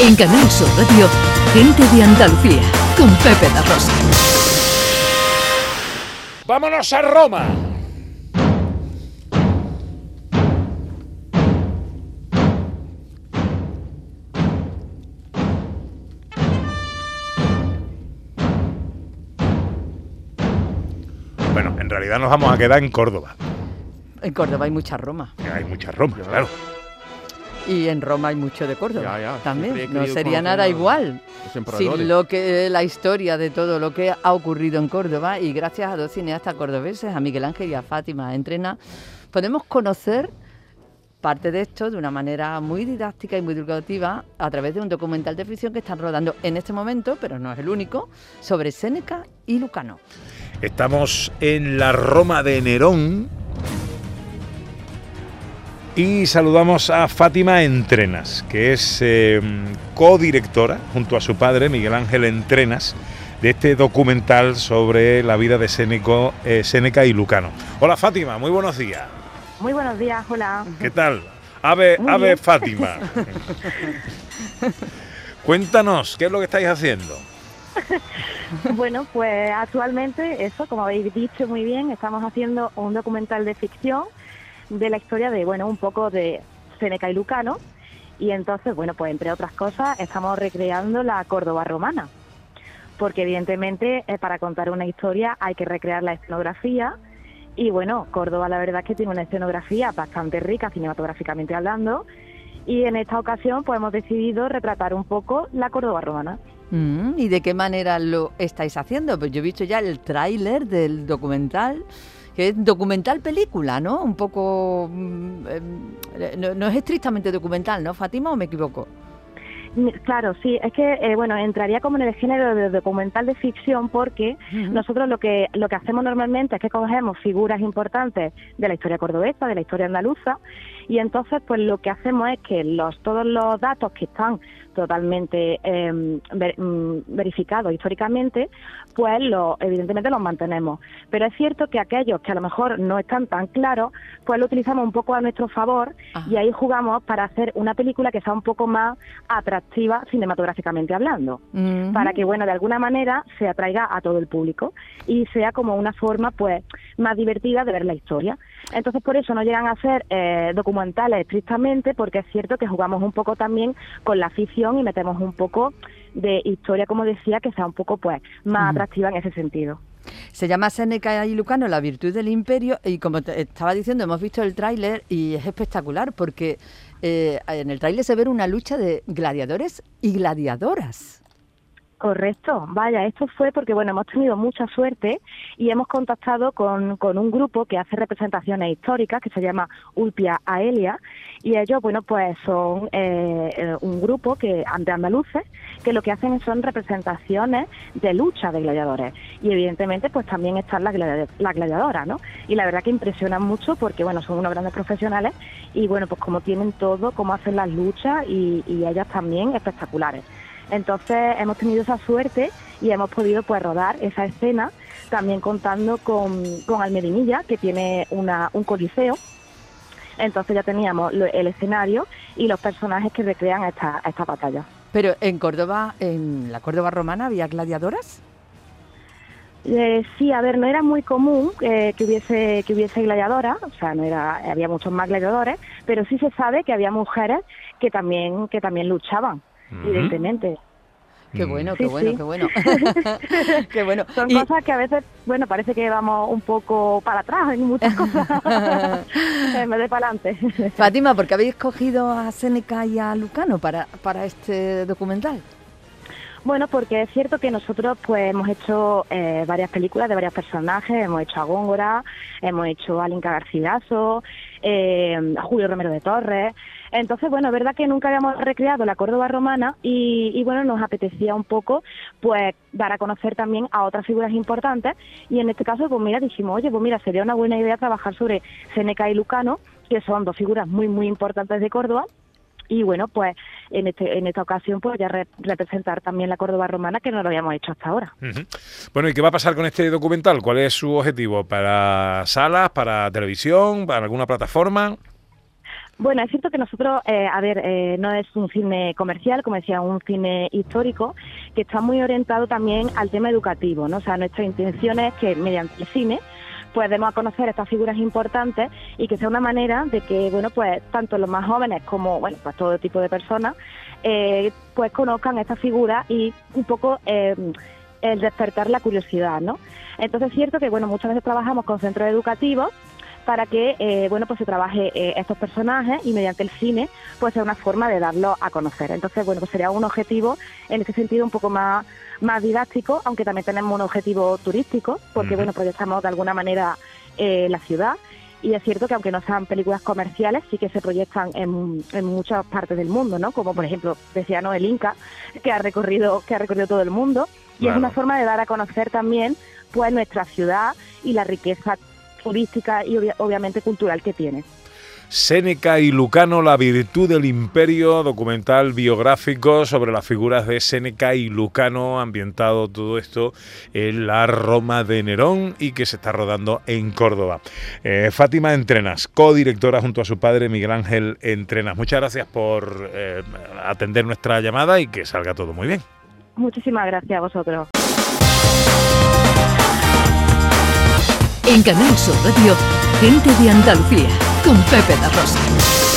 En Canal Sur Radio, Gente de Andalucía, con Pepe da Rosa. ¡Vámonos a Roma! Bueno, en realidad nos vamos a quedar en Córdoba. En Córdoba hay mucha Roma. Hay mucha Roma, claro. Y en Roma hay mucho de Córdoba. Ya. También. No sería nada igual sin la historia de todo lo que ha ocurrido en Córdoba. Y gracias a dos cineastas cordobeses, a Miguel Ángel y a Fátima Entrena, podemos conocer parte de esto de una manera muy didáctica y muy divulgativa a través de un documental de ficción que están rodando en este momento, pero no es el único, sobre Séneca y Lucano. Estamos en la Roma de Nerón y saludamos a Fátima Entrenas, que es codirectora, junto a su padre, Miguel Ángel Entrenas, de este documental sobre la vida de Séneca y Lucano. Hola Fátima, muy buenos días. Muy buenos días, hola. ¿Qué tal? Ave Fátima. Cuéntanos, ¿qué es lo que estáis haciendo? Bueno, pues actualmente, eso, como habéis dicho muy bien, estamos haciendo un documental de ficción de la historia de, un poco de Séneca y Lucano. Y entonces, pues entre otras cosas, estamos recreando la Córdoba romana. Porque evidentemente, para contar una historia hay que recrear la escenografía. Y Córdoba la verdad es que tiene una escenografía bastante rica cinematográficamente hablando, y en esta ocasión pues hemos decidido retratar un poco la Córdoba romana. ¿Y de qué manera lo estáis haciendo? Pues yo he visto ya el tráiler del documental, que es documental película, ¿no? Un poco... no es estrictamente documental, ¿no, Fátima, o me equivoco? Claro, sí, es que entraría como en el género de documental de ficción, porque nosotros lo que hacemos normalmente es que cogemos figuras importantes de la historia cordobesa, de la historia andaluza, y entonces pues lo que hacemos es que todos los datos que están totalmente verificados históricamente, pues evidentemente los mantenemos. Pero es cierto que aquellos que a lo mejor no están tan claros, pues lo utilizamos un poco a nuestro favor. Ajá. Y ahí jugamos para hacer una película que sea un poco más atractiva cinematográficamente hablando, para que de alguna manera se atraiga a todo el público y sea como una forma pues más divertida de ver la historia. Entonces por eso no llegan a ser documentales estrictamente, porque es cierto que jugamos un poco también con la ficción y metemos un poco de historia, como decía, que sea un poco pues más atractiva en ese sentido. Se llama Séneca y Lucano, la virtud del imperio, y como te estaba diciendo, hemos visto el tráiler y es espectacular porque en el tráiler se ve una lucha de gladiadores y gladiadoras. Correcto, vaya, esto fue porque hemos tenido mucha suerte y hemos contactado con un grupo que hace representaciones históricas que se llama Ulpia Aelia, y ellos pues son un grupo de andaluces que lo que hacen son representaciones de lucha de gladiadores, y evidentemente pues también están las gladiadoras, ¿no? Y la verdad que impresionan mucho porque son unos grandes profesionales y pues como tienen todo, cómo hacen las luchas y ellas también espectaculares. Entonces hemos tenido esa suerte y hemos podido pues rodar esa escena, también contando con Almedinilla, que tiene un coliseo. Entonces ya teníamos el escenario y los personajes que recrean esta batalla. Pero en Córdoba, en la Córdoba romana, ¿había gladiadoras? Sí, a ver, no era muy común que hubiese gladiadoras, o sea, había muchos más gladiadores, pero sí se sabe que había mujeres que también luchaban. Evidentemente. Qué bueno, sí, qué bueno, sí. qué bueno. Qué bueno. Son cosas que a veces, parece que vamos un poco para atrás en muchas cosas, en vez de para adelante. Fátima, ¿por qué habéis escogido a Séneca y a Lucano para este documental? Bueno, porque es cierto que nosotros pues hemos hecho varias películas de varios personajes, hemos hecho a Góngora, hemos hecho a Alinka Garcilaso, a Julio Romero de Torres. Entonces, es verdad que nunca habíamos recreado la Córdoba romana y nos apetecía un poco pues dar a conocer también a otras figuras importantes, y en este caso dijimos, sería una buena idea trabajar sobre Séneca y Lucano, que son dos figuras muy muy importantes de Córdoba. Y pues en esta ocasión pues ya representar también la Córdoba romana, que no lo habíamos hecho hasta ahora. Bueno, ¿y qué va a pasar con este documental? ¿Cuál es su objetivo? ¿Para salas, para televisión, para alguna plataforma? Bueno, es cierto que nosotros, no es un cine comercial, como decía, un cine histórico, que está muy orientado también al tema educativo, ¿no? O sea, nuestra intención es que mediante el cine pues demos a conocer estas figuras importantes y que sea una manera de que, bueno, pues tanto los más jóvenes como, bueno, pues todo tipo de personas, pues conozcan estas figuras y un poco el despertar la curiosidad, ¿no? Entonces es cierto que, bueno, muchas veces trabajamos con centros educativos para que, bueno, pues se trabaje estos personajes y mediante el cine, pues sea una forma de darlos a conocer. Entonces, bueno, pues sería un objetivo en ese sentido un poco más didáctico, aunque también tenemos un objetivo turístico, porque, bueno, proyectamos de alguna manera la ciudad. Y es cierto que aunque no sean películas comerciales, sí que se proyectan en muchas partes del mundo, ¿no? Como por ejemplo, decía, ¿no?, el Inca, que ha recorrido todo el mundo. Y claro, es una forma de dar a conocer también, pues, nuestra ciudad y la riqueza turística y obviamente cultural que tiene. Séneca y Lucano, la virtud del imperio, documental biográfico sobre las figuras de Séneca y Lucano, ambientado todo esto en la Roma de Nerón y que se está rodando en Córdoba. Fátima Entrenas, codirectora junto a su padre Miguel Ángel Entrenas. Muchas gracias por atender nuestra llamada y que salga todo muy bien. Muchísimas gracias a vosotros. En Canal Sur Radio, Gente de Andalucía, con Pepe da Rosa.